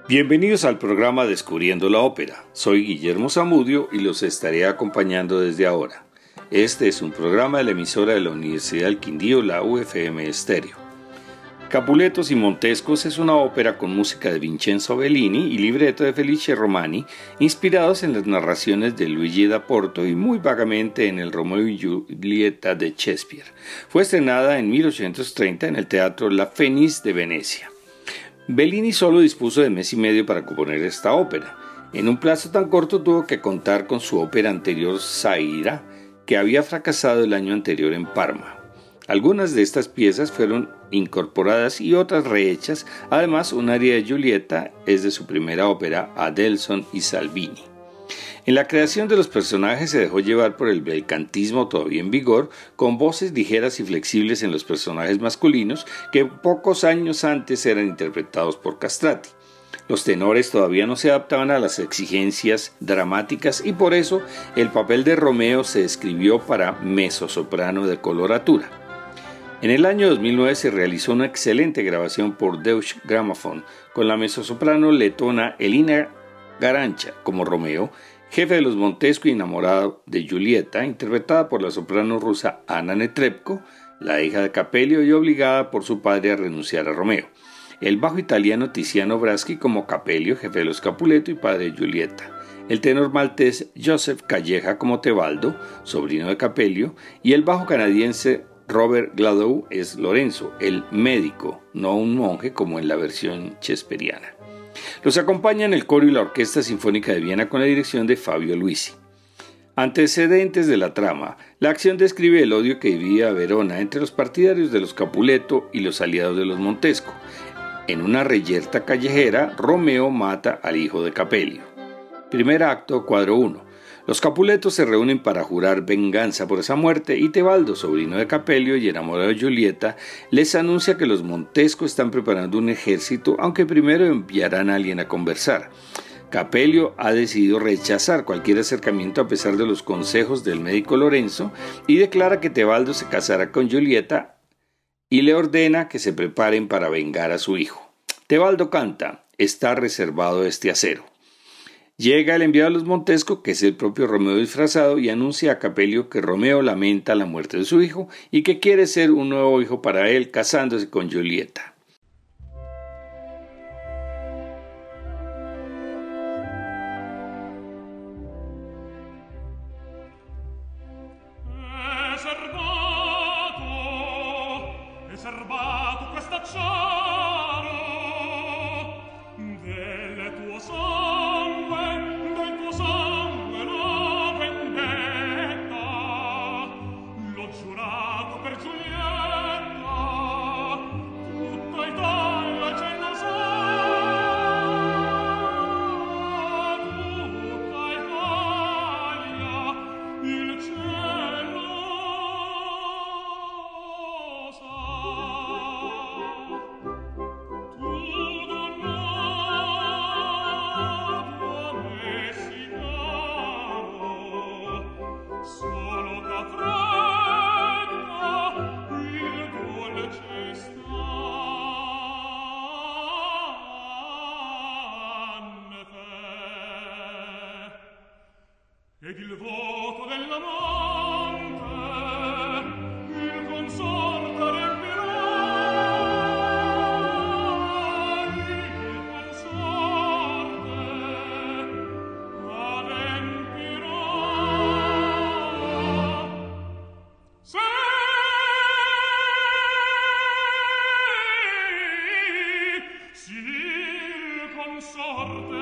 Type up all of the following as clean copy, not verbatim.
Bienvenidos al programa Descubriendo la Ópera. Soy Guillermo Zamudio y los estaré acompañando desde ahora. Este es un programa de la emisora de la Universidad del Quindío, la UFM Estéreo. Capuletos y Montescos es una ópera con música de Vincenzo Bellini y libreto de Felice Romani, inspirados en las narraciones de Luigi da Porto y muy vagamente en el Romeo y Julieta de Shakespeare. Fue estrenada en 1830 en el Teatro La Fenice de Venecia. Bellini solo dispuso de mes y medio para componer esta ópera. En un plazo tan corto tuvo que contar con su ópera anterior Zaira, que había fracasado el año anterior en Parma. Algunas de estas piezas fueron incorporadas y otras rehechas. Además, un aria de Julieta es de su primera ópera, Adelson y Salvini. En la creación de los personajes se dejó llevar por el belcantismo todavía en vigor, con voces ligeras y flexibles en los personajes masculinos que pocos años antes eran interpretados por Castrati. Los tenores todavía no se adaptaban a las exigencias dramáticas y por eso el papel de Romeo se escribió para mezzosoprano de coloratura. En el año 2009 se realizó una excelente grabación por Deutsche Grammophon con la mezzosoprano letona Elina Garancha como Romeo, jefe de los Montesco y enamorado de Julieta, interpretada por la soprano rusa Anna Netrebko, la hija de Capello y obligada por su padre a renunciar a Romeo. El bajo italiano Tiziano Braschi como Capello, jefe de los Capuleto y padre de Julieta. El tenor maltés Joseph Calleja como Tebaldo, sobrino de Capello, y el bajo canadiense Robert Gladow es Lorenzo, el médico, no un monje como en la versión shakespeariana. Los acompañan el coro y la Orquesta Sinfónica de Viena con la dirección de Fabio Luisi. Antecedentes de la trama. La acción describe el odio que vivía Verona entre los partidarios de los Capuleto y los aliados de los Montesco. En una reyerta callejera, Romeo mata al hijo de Capello. Primer acto, cuadro 1. Los Capuletos se reúnen para jurar venganza por esa muerte y Tebaldo, sobrino de Capello y enamorado de Julieta, les anuncia que los Montesco están preparando un ejército, aunque primero enviarán a alguien a conversar. Capello ha decidido rechazar cualquier acercamiento a pesar de los consejos del médico Lorenzo y declara que Tebaldo se casará con Julieta y le ordena que se preparen para vengar a su hijo. Tebaldo canta: "Está reservado este acero". Llega el enviado de los Montesco, que es el propio Romeo disfrazado, y anuncia a Capello que Romeo lamenta la muerte de su hijo y que quiere ser un nuevo hijo para él casándose con Julieta. Ed il voto dell'amante, il consorte riempirà, il consorte adempirà. Sì, sì, il consorte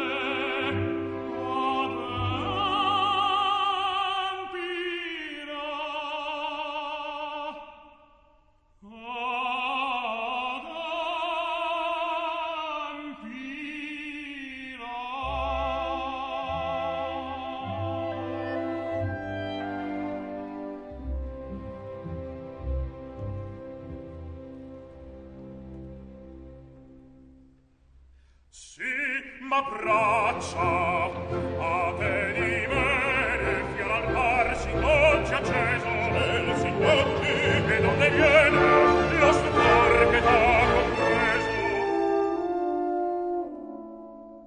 m'abbraccia a te di bene, fior al mar si dolce acceso del Signore, e donde viene lo stupor che t'ha compreso.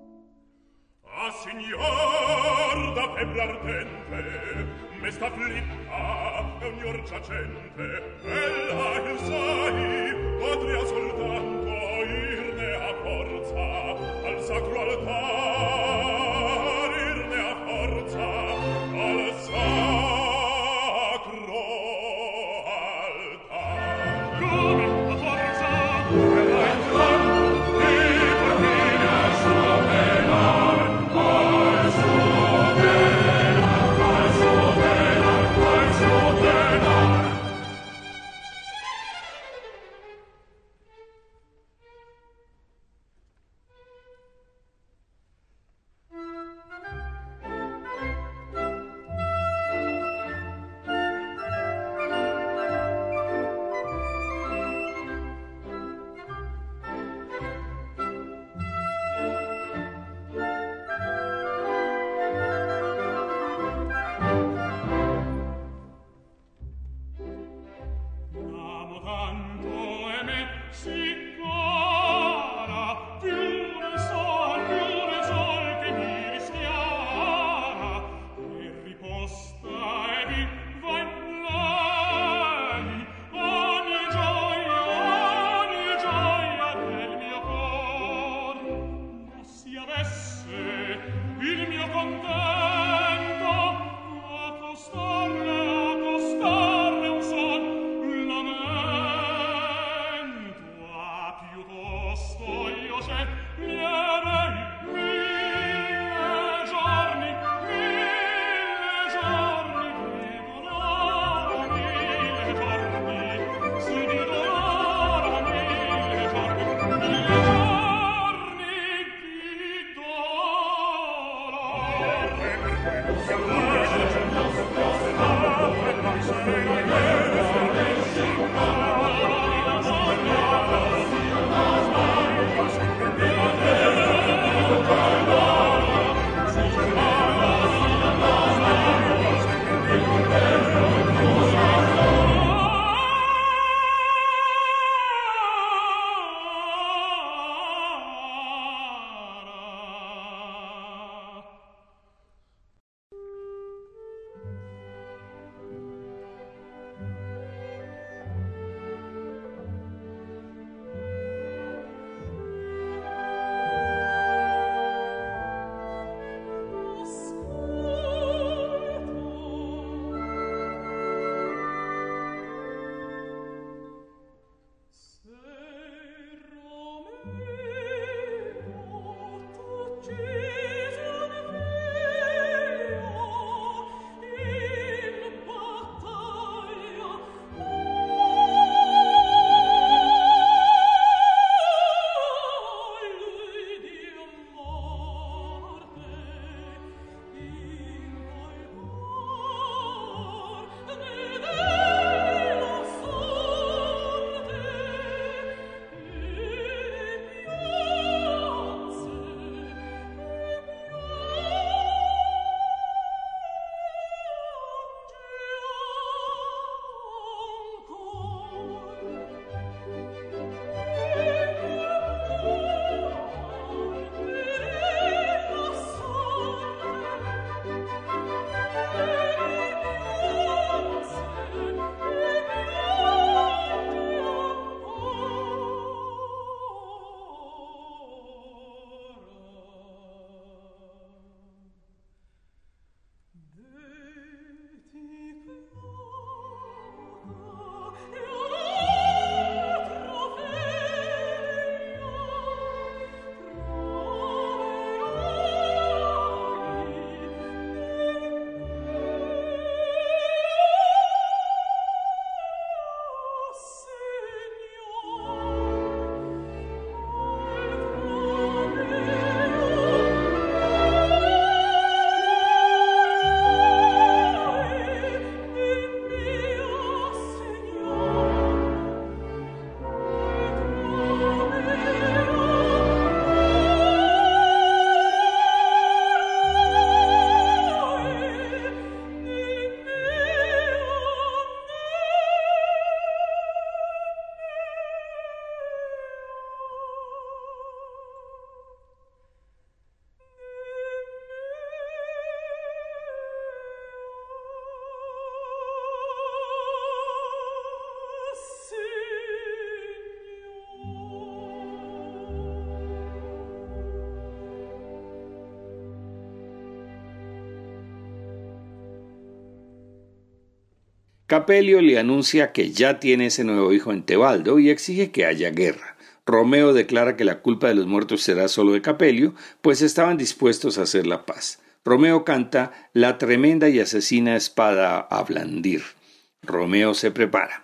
Capelio le anuncia que ya tiene ese nuevo hijo en Tebaldo y exige que haya guerra. Romeo declara que la culpa de los muertos será solo de Capelio, pues estaban dispuestos a hacer la paz. Romeo canta la tremenda y asesina espada a blandir. Romeo se prepara.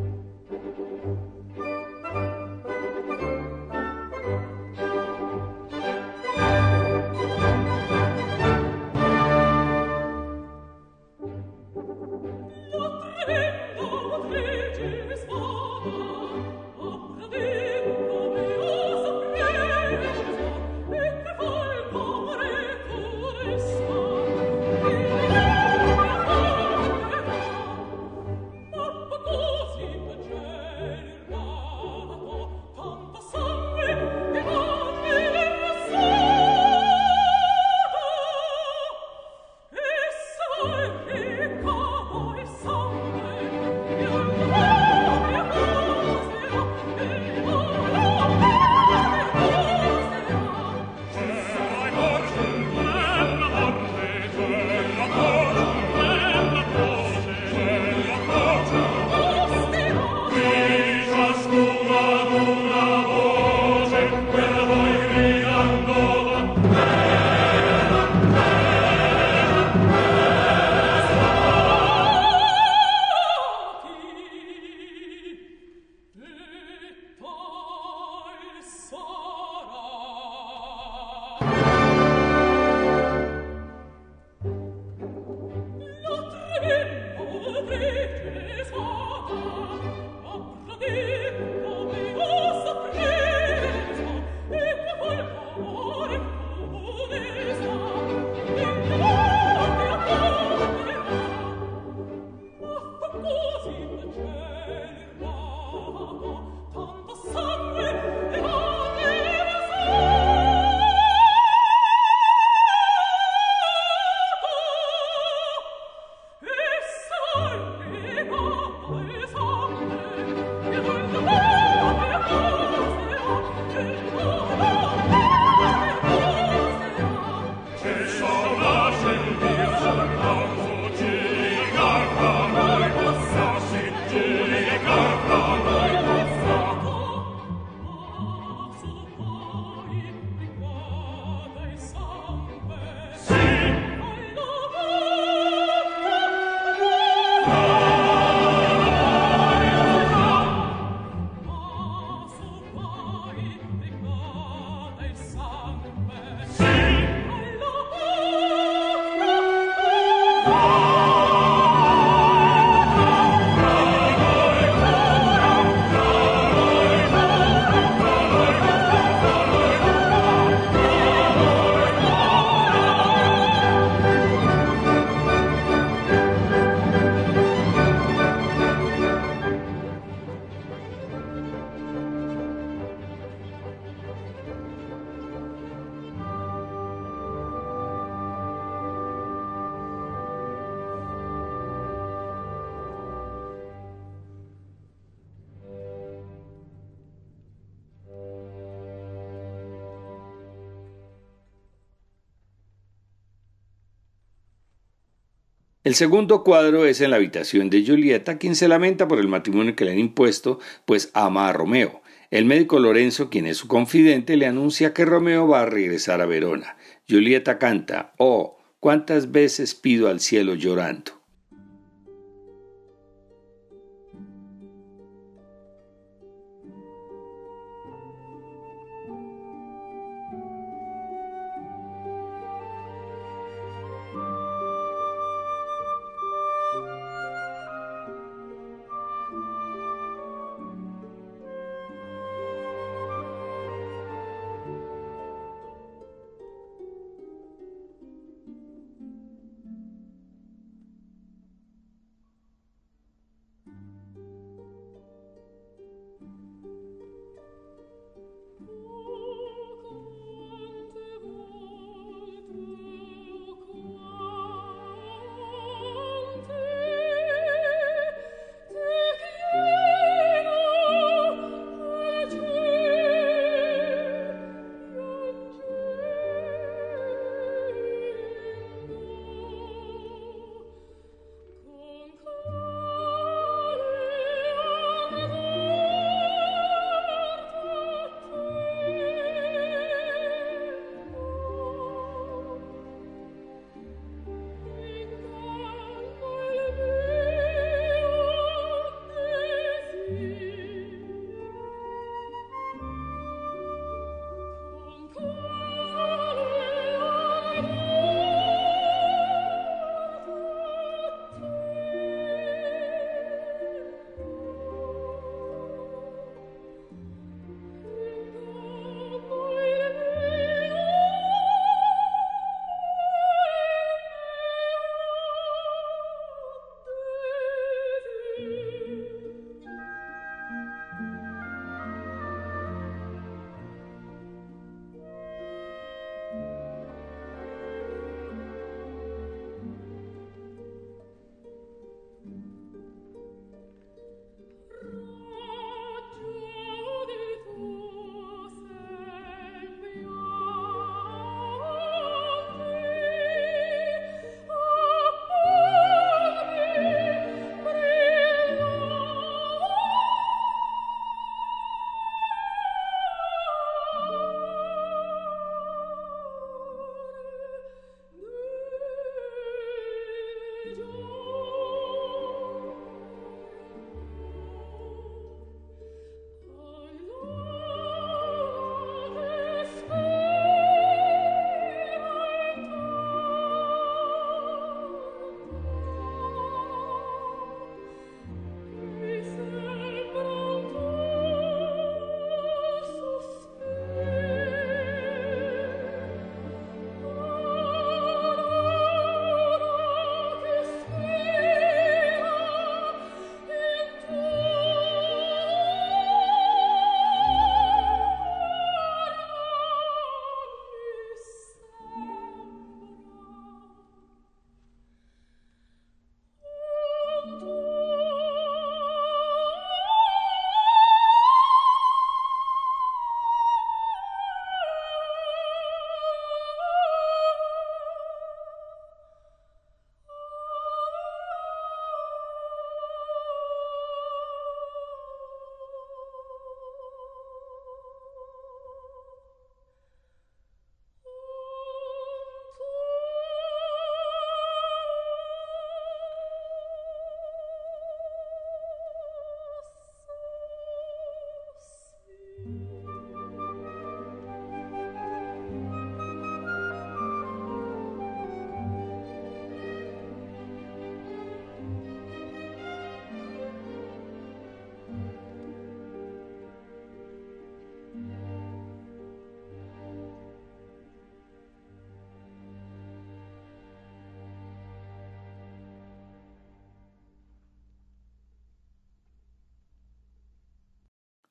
El segundo cuadro es en la habitación de Julieta, quien se lamenta por el matrimonio que le han impuesto, pues ama a Romeo. El médico Lorenzo, quien es su confidente, le anuncia que Romeo va a regresar a Verona. Julieta canta: «Oh, cuántas veces pido al cielo llorando».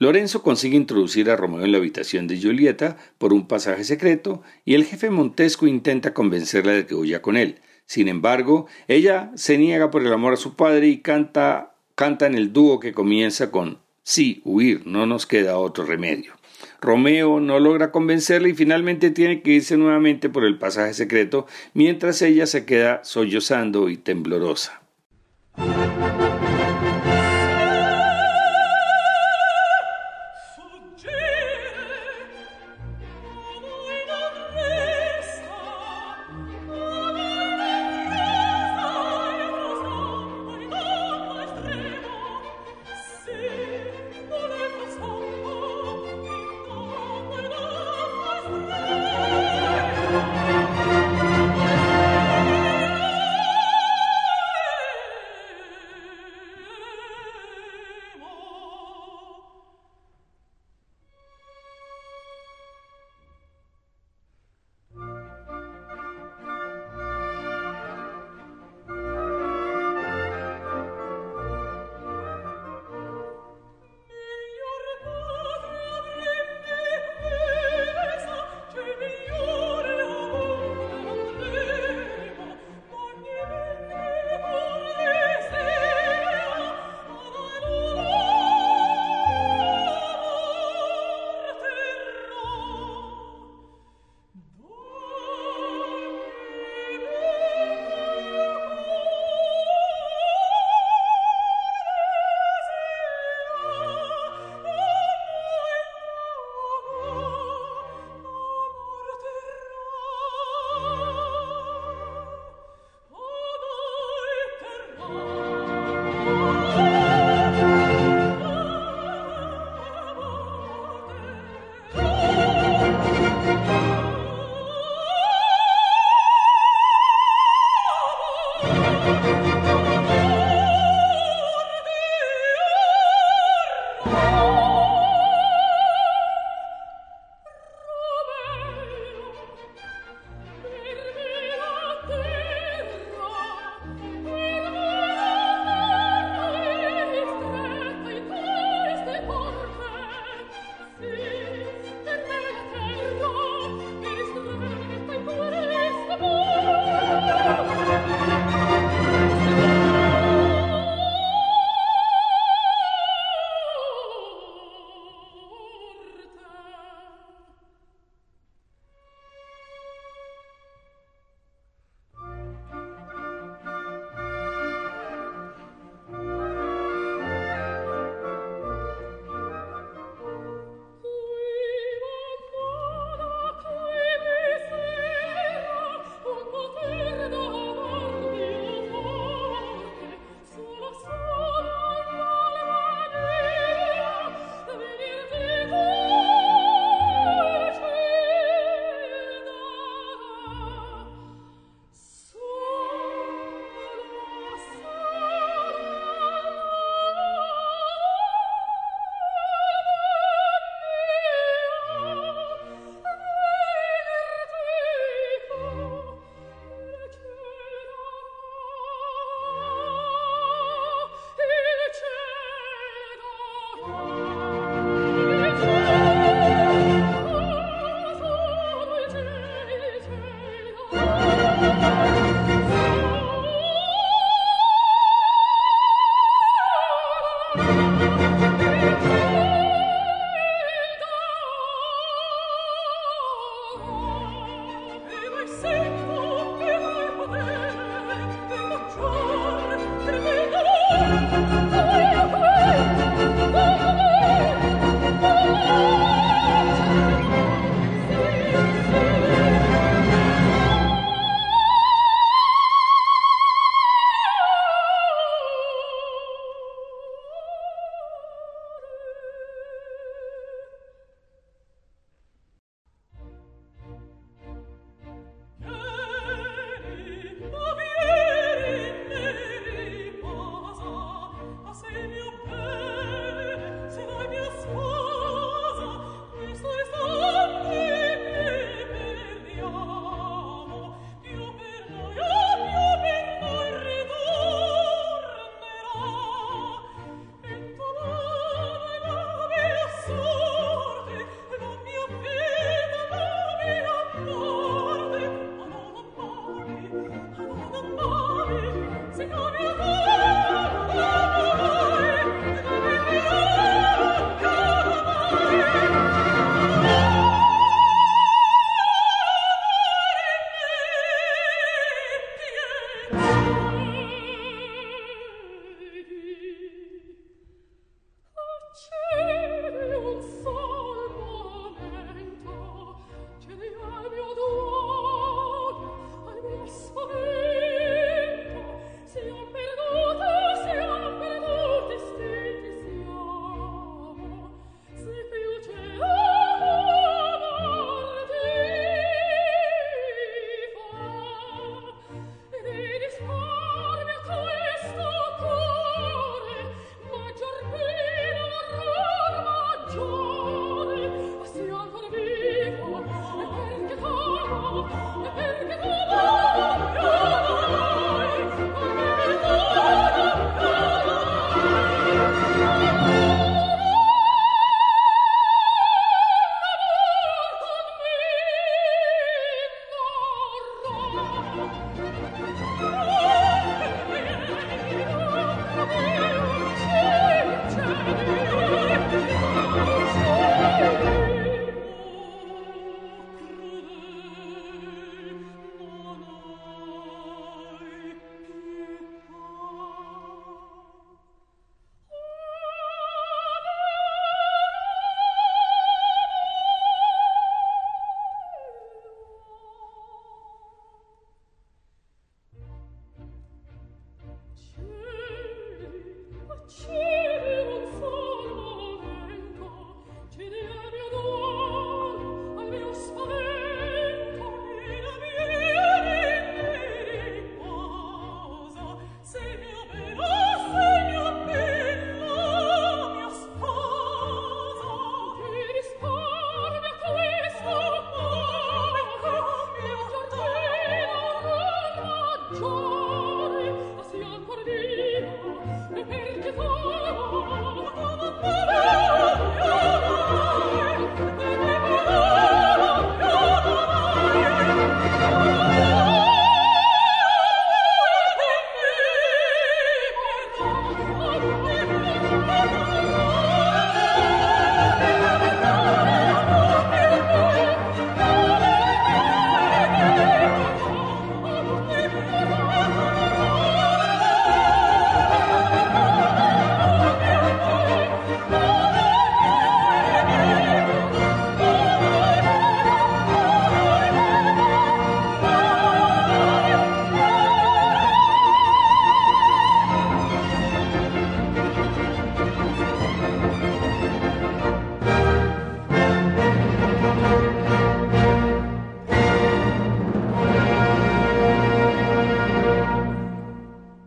Lorenzo consigue introducir a Romeo en la habitación de Julieta por un pasaje secreto y el jefe Montesco intenta convencerla de que huya con él. Sin embargo, ella se niega por el amor a su padre y cantan el dúo que comienza con «Sí, huir, no nos queda otro remedio». Romeo no logra convencerla y finalmente tiene que irse nuevamente por el pasaje secreto mientras ella se queda sollozando y temblorosa.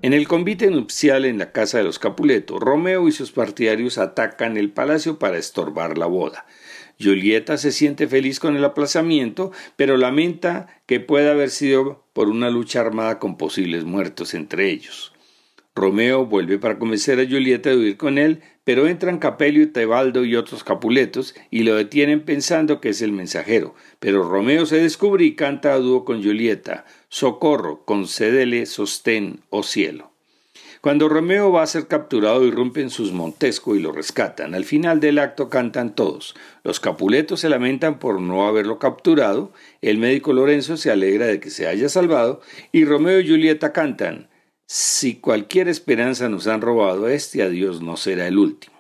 En el convite nupcial en la casa de los Capuleto, Romeo y sus partidarios atacan el palacio para estorbar la boda. Julieta se siente feliz con el aplazamiento, pero lamenta que pueda haber sido por una lucha armada con posibles muertos entre ellos. Romeo vuelve para convencer a Julieta de huir con él, pero entran Capelio y Tebaldo y otros Capuletos y lo detienen pensando que es el mensajero. Pero Romeo se descubre y canta a dúo con Julieta: «Socorro, concédele sostén, oh cielo». Cuando Romeo va a ser capturado, irrumpen sus Montesco y lo rescatan. Al final del acto cantan todos. Los Capuletos se lamentan por no haberlo capturado, el médico Lorenzo se alegra de que se haya salvado y Romeo y Julieta cantan: «Si cualquier esperanza nos han robado, este adiós no será el último».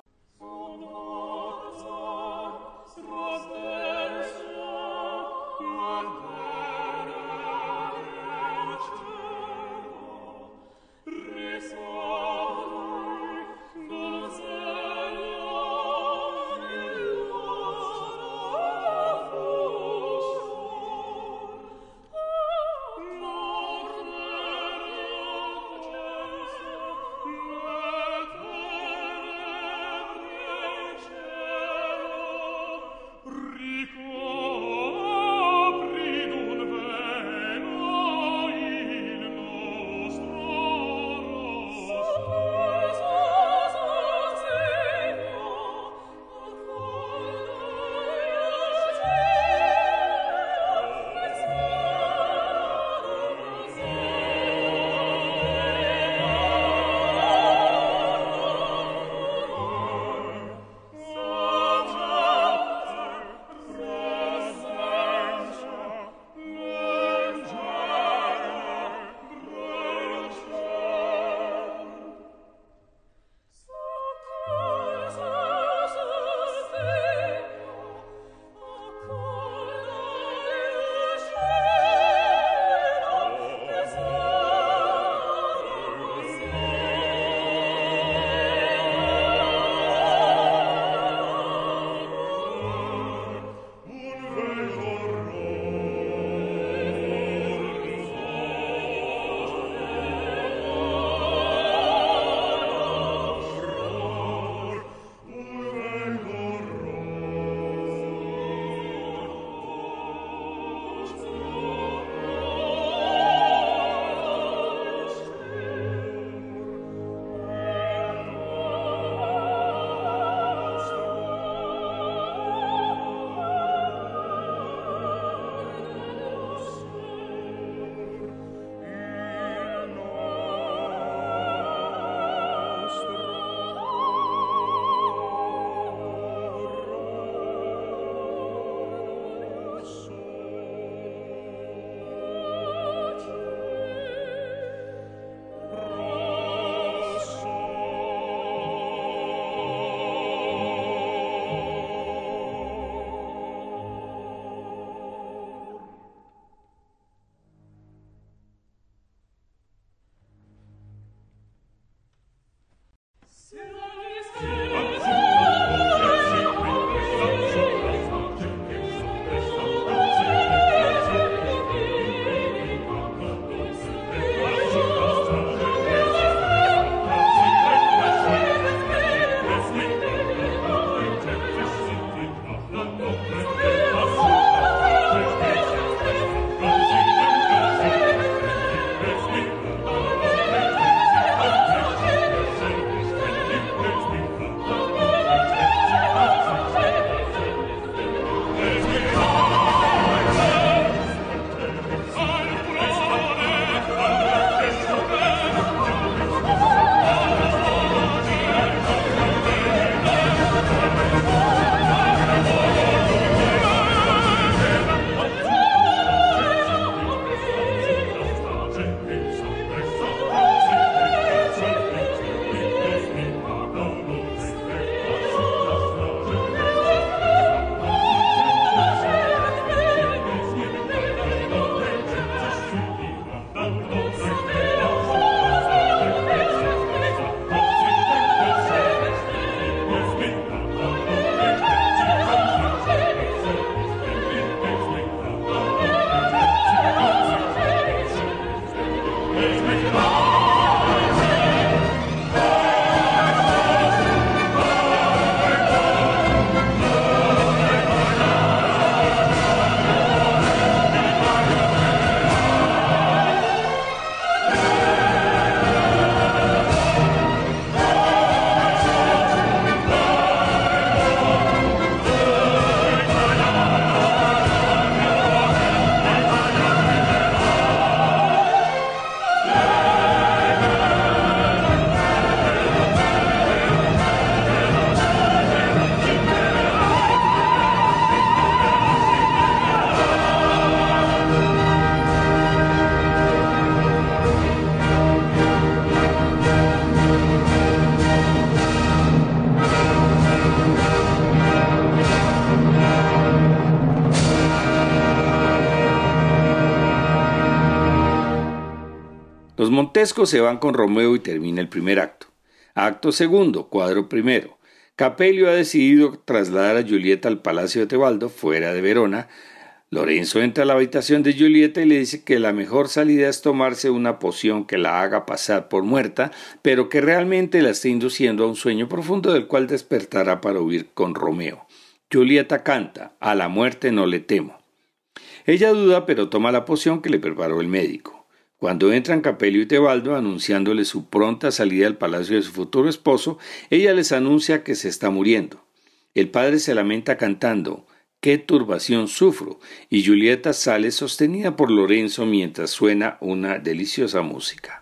Los Montescos se van con Romeo y termina el primer acto. Acto segundo, cuadro primero. Capelio ha decidido trasladar a Julieta al Palacio de Tebaldo, fuera de Verona. Lorenzo entra a la habitación de Julieta y le dice que la mejor salida es tomarse una poción que la haga pasar por muerta, pero que realmente la está induciendo a un sueño profundo del cual despertará para huir con Romeo. Julieta canta, a la muerte no le temo. Ella duda, pero toma la poción que le preparó el médico. Cuando entran Capelio y Tebaldo, anunciándole su pronta salida al palacio de su futuro esposo, ella les anuncia que se está muriendo. El padre se lamenta cantando, «¡Qué turbación sufro!», y Julieta sale sostenida por Lorenzo mientras suena una deliciosa música.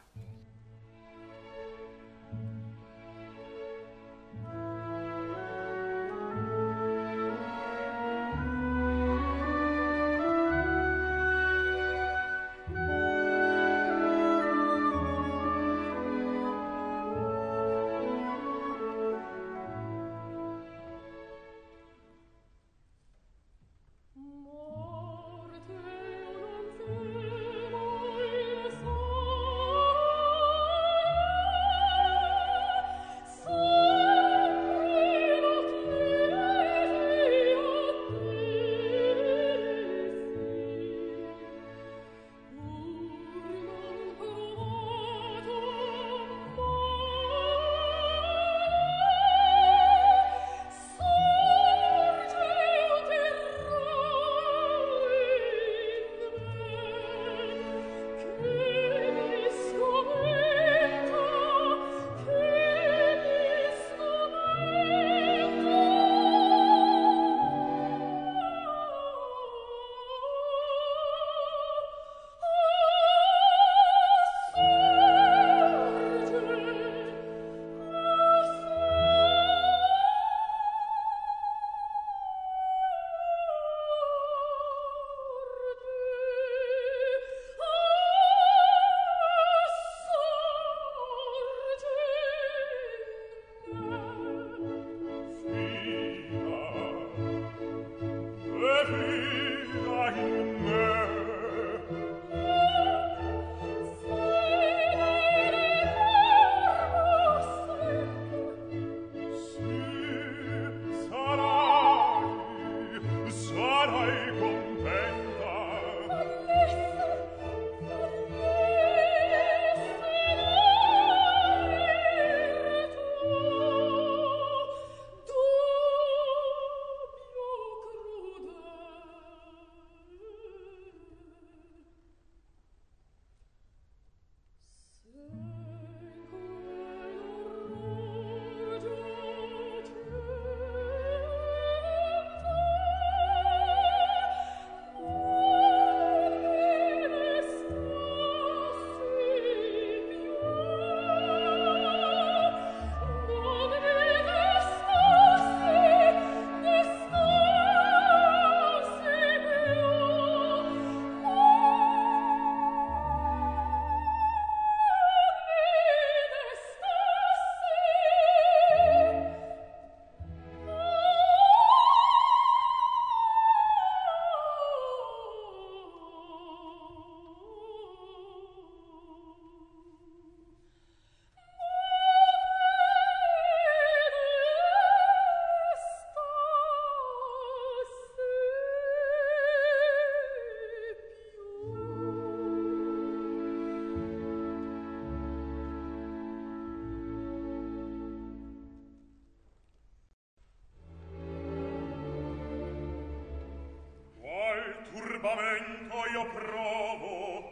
turbamento io provo,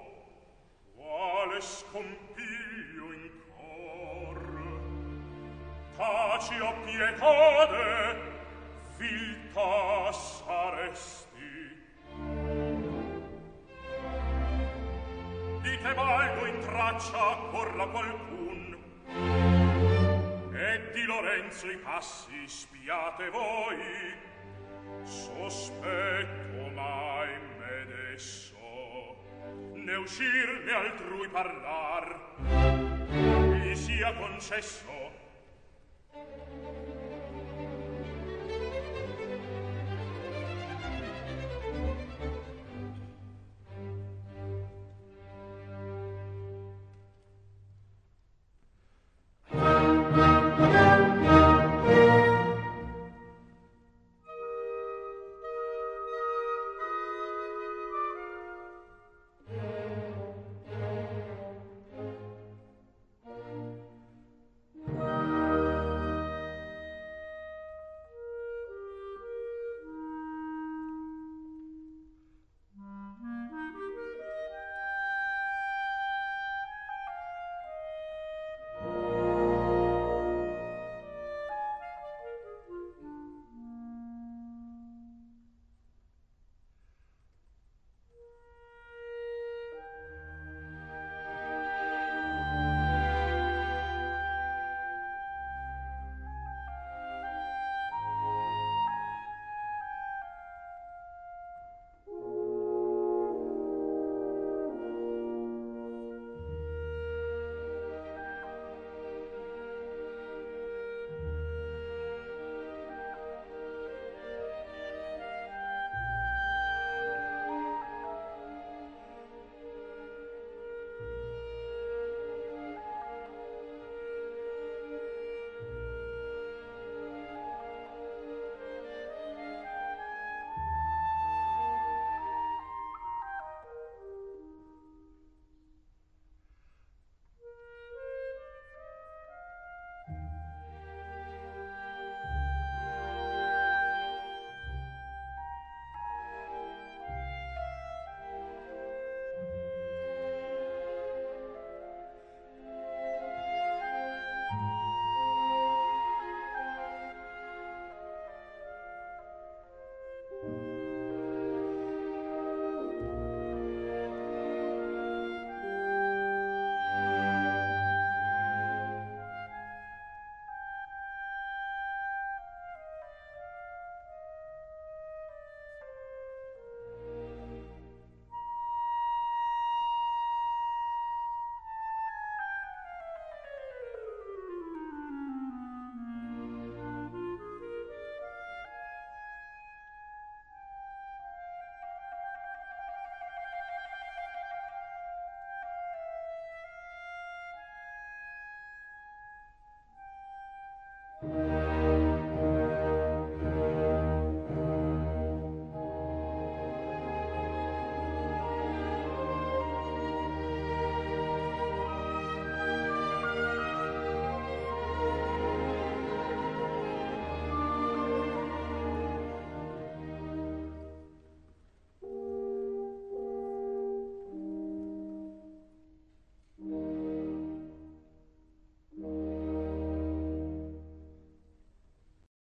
quale scompiglio in cor. Taci o pietade, viltà saresti. Di Tebaldo in traccia corra qualcun, e di Lorenzo i passi spiate voi. Sospetto mai me desso, ne uscir ne altrui parlar, gli sia concesso.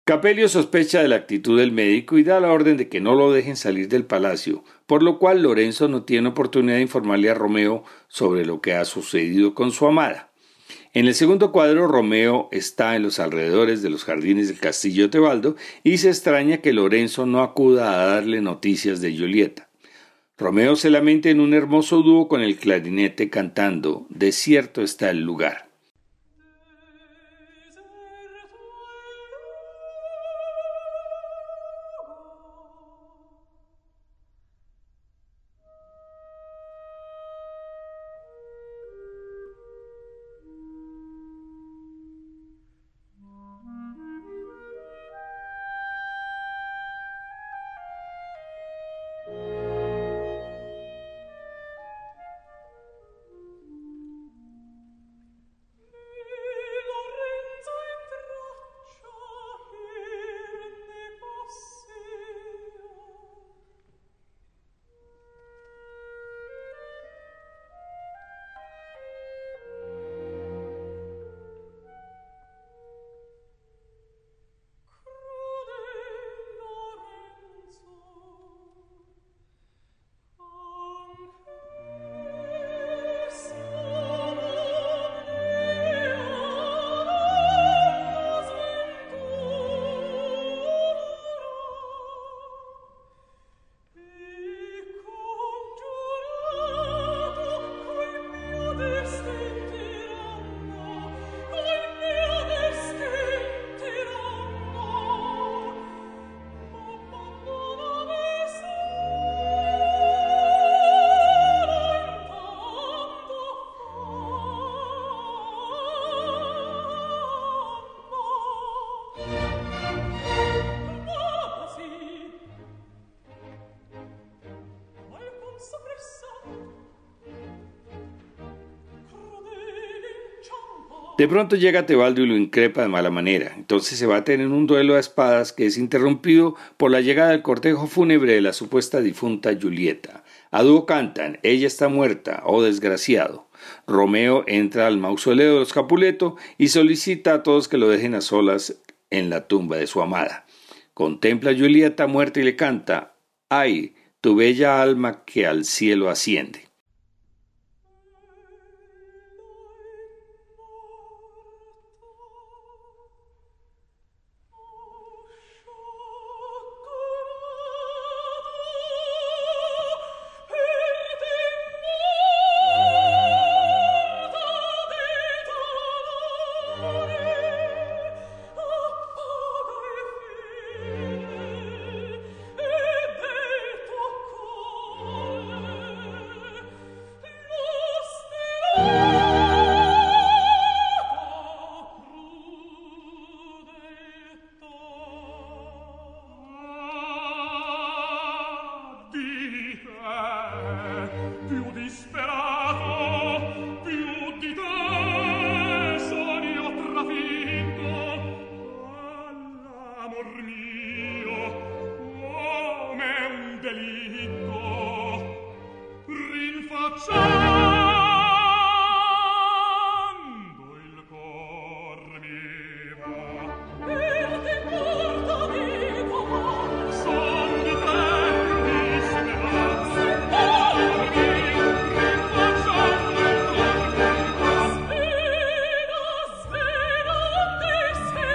Capelio sospecha de la actitud del médico y da la orden de que no lo dejen salir del palacio, por lo cual Lorenzo no tiene oportunidad de informarle a Romeo sobre lo que ha sucedido con su amada. En el segundo cuadro, Romeo está en los alrededores de los jardines del castillo de Tebaldo y se extraña que Lorenzo no acuda a darle noticias de Julieta. Romeo se lamenta en un hermoso dúo con el clarinete cantando «Desierto está el lugar». De pronto llega Tebaldo y lo increpa de mala manera. Entonces se baten en un duelo a espadas que es interrumpido por la llegada del cortejo fúnebre de la supuesta difunta Julieta. A dúo cantan «Ella está muerta, oh desgraciado». Romeo entra al mausoleo de los Capuleto y solicita a todos que lo dejen a solas en la tumba de su amada. Contempla a Julieta muerta y le canta «Ay, tu bella alma que al cielo asciende».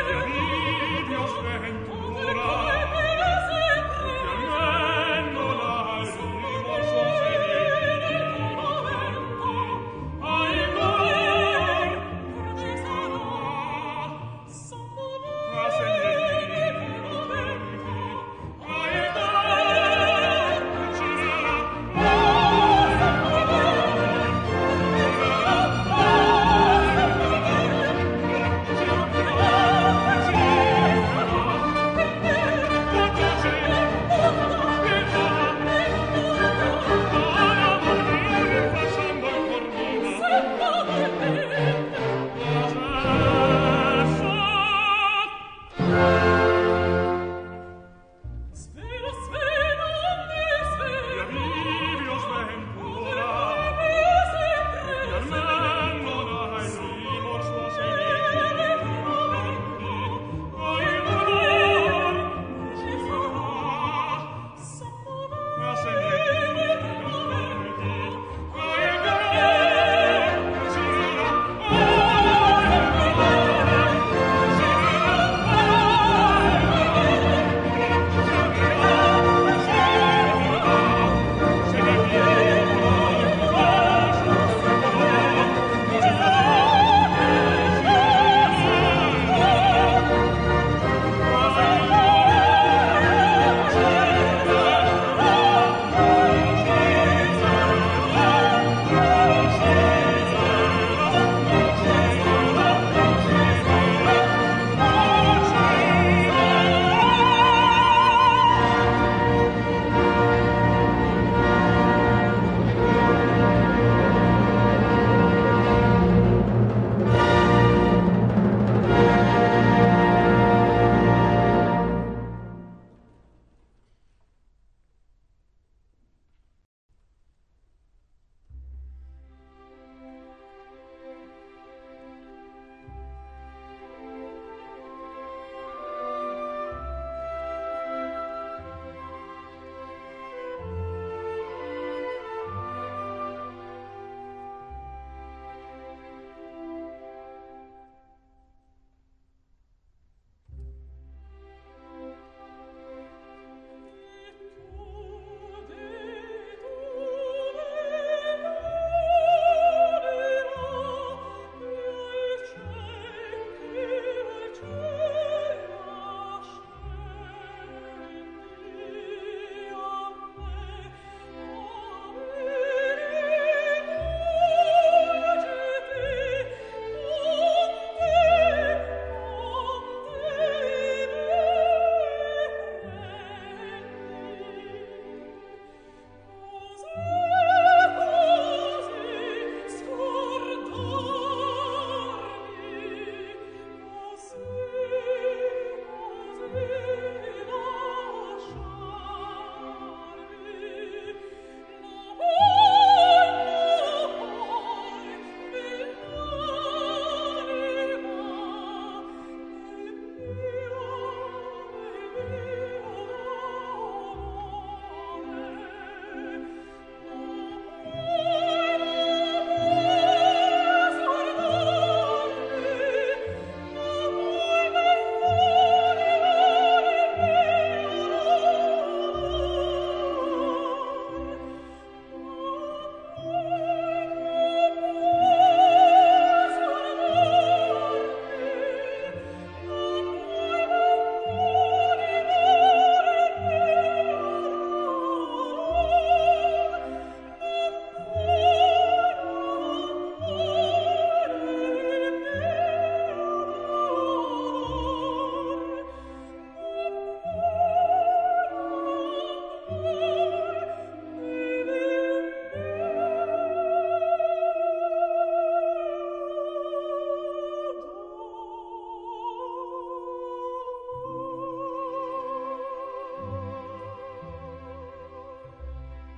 Ventura, piangendo la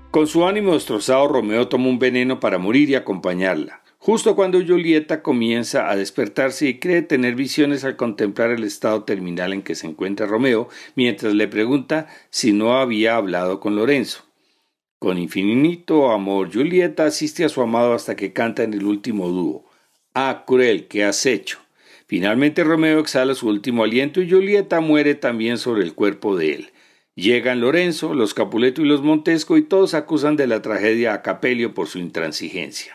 Con su ánimo destrozado, Romeo toma un veneno para morir y acompañarla. Justo cuando Julieta comienza a despertarse y cree tener visiones al contemplar el estado terminal en que se encuentra Romeo, mientras le pregunta si no había hablado con Lorenzo. Con infinito amor, Julieta asiste a su amado hasta que canta en el último dúo. «Ah, cruel, ¿qué has hecho?». Finalmente Romeo exhala su último aliento y Julieta muere también sobre el cuerpo de él. Llegan Lorenzo, los Capuleto y los Montesco y todos acusan de la tragedia a Capelio por su intransigencia.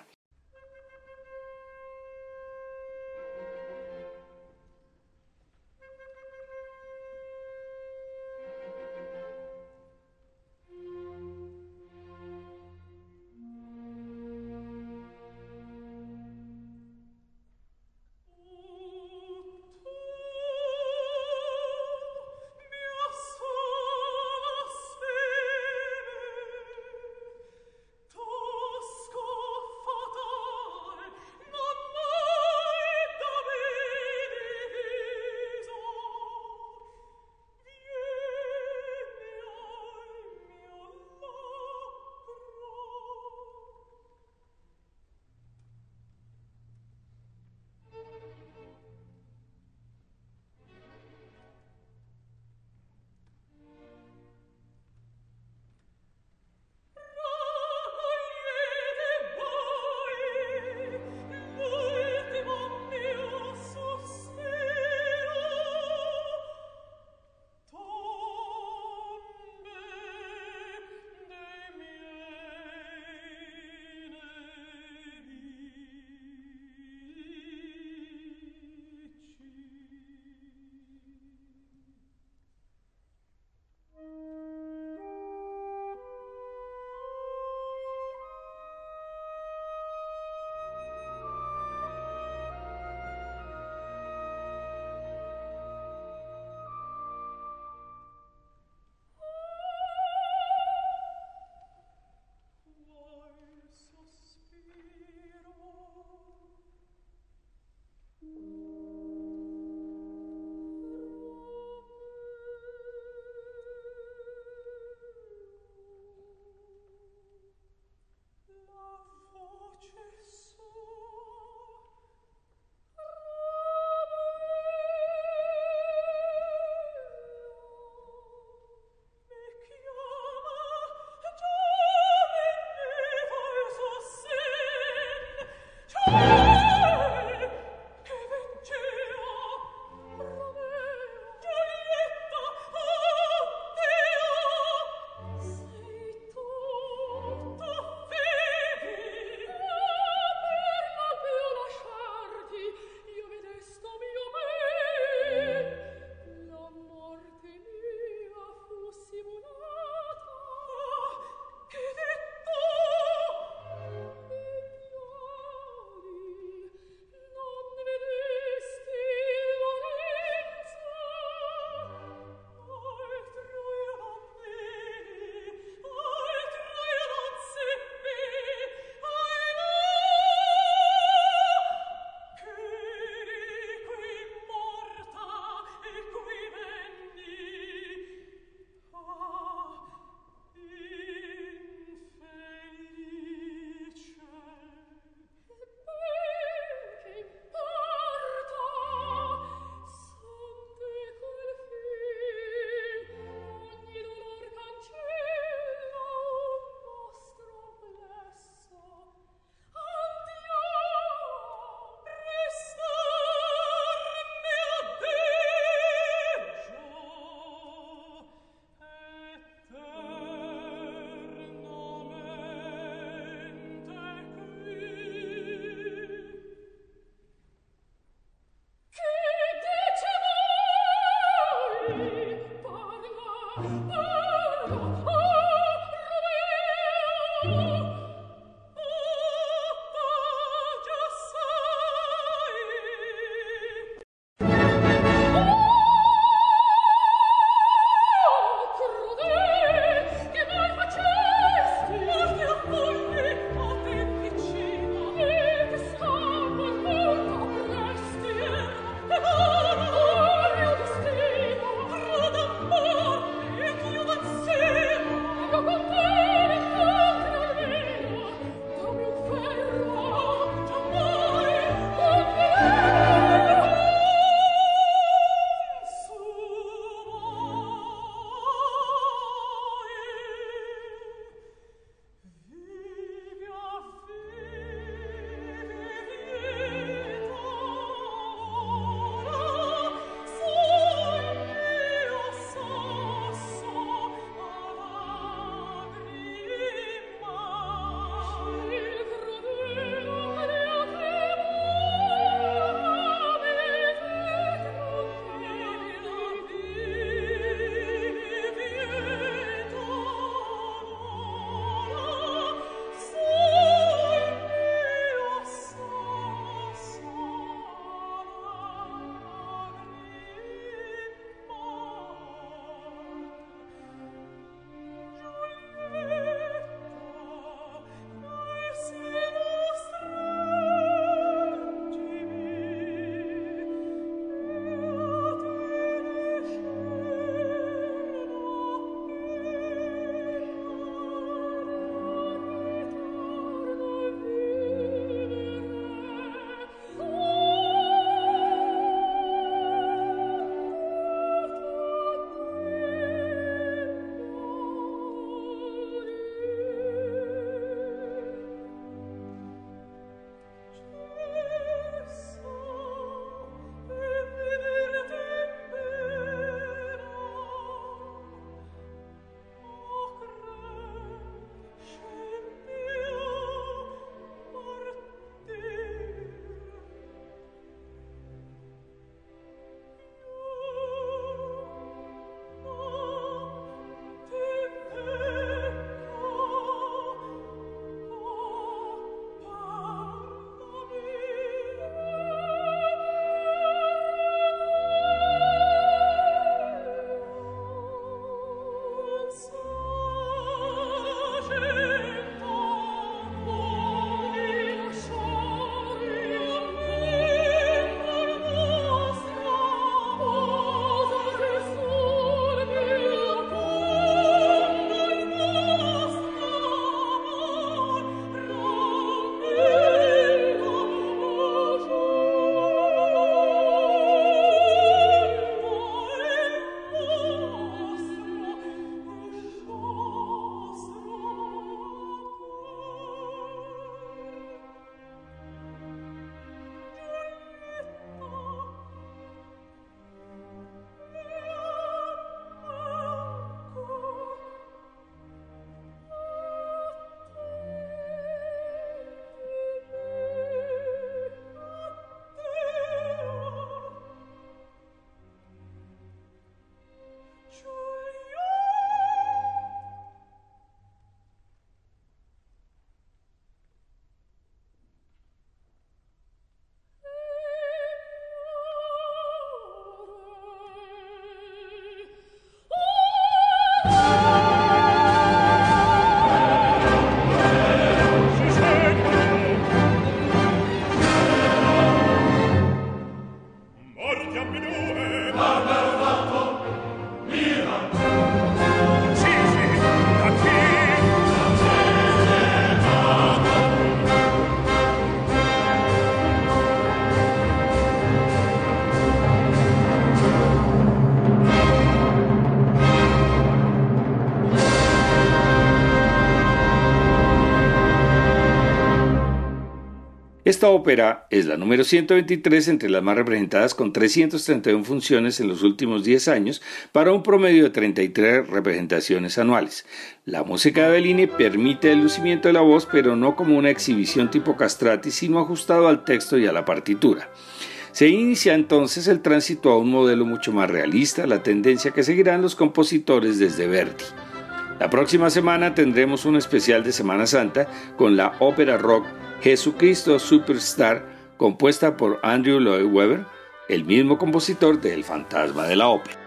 Esta ópera es la número 123 entre las más representadas, con 331 funciones en los últimos 10 años para un promedio de 33 representaciones anuales. La música de Bellini permite el lucimiento de la voz, pero no como una exhibición tipo castrati, sino ajustado al texto y a la partitura. Se inicia entonces el tránsito a un modelo mucho más realista, la tendencia que seguirán los compositores desde Verdi. La próxima semana tendremos un especial de Semana Santa con la ópera rock Jesucristo Superstar, compuesta por Andrew Lloyd Webber, el mismo compositor de El Fantasma de la Ópera.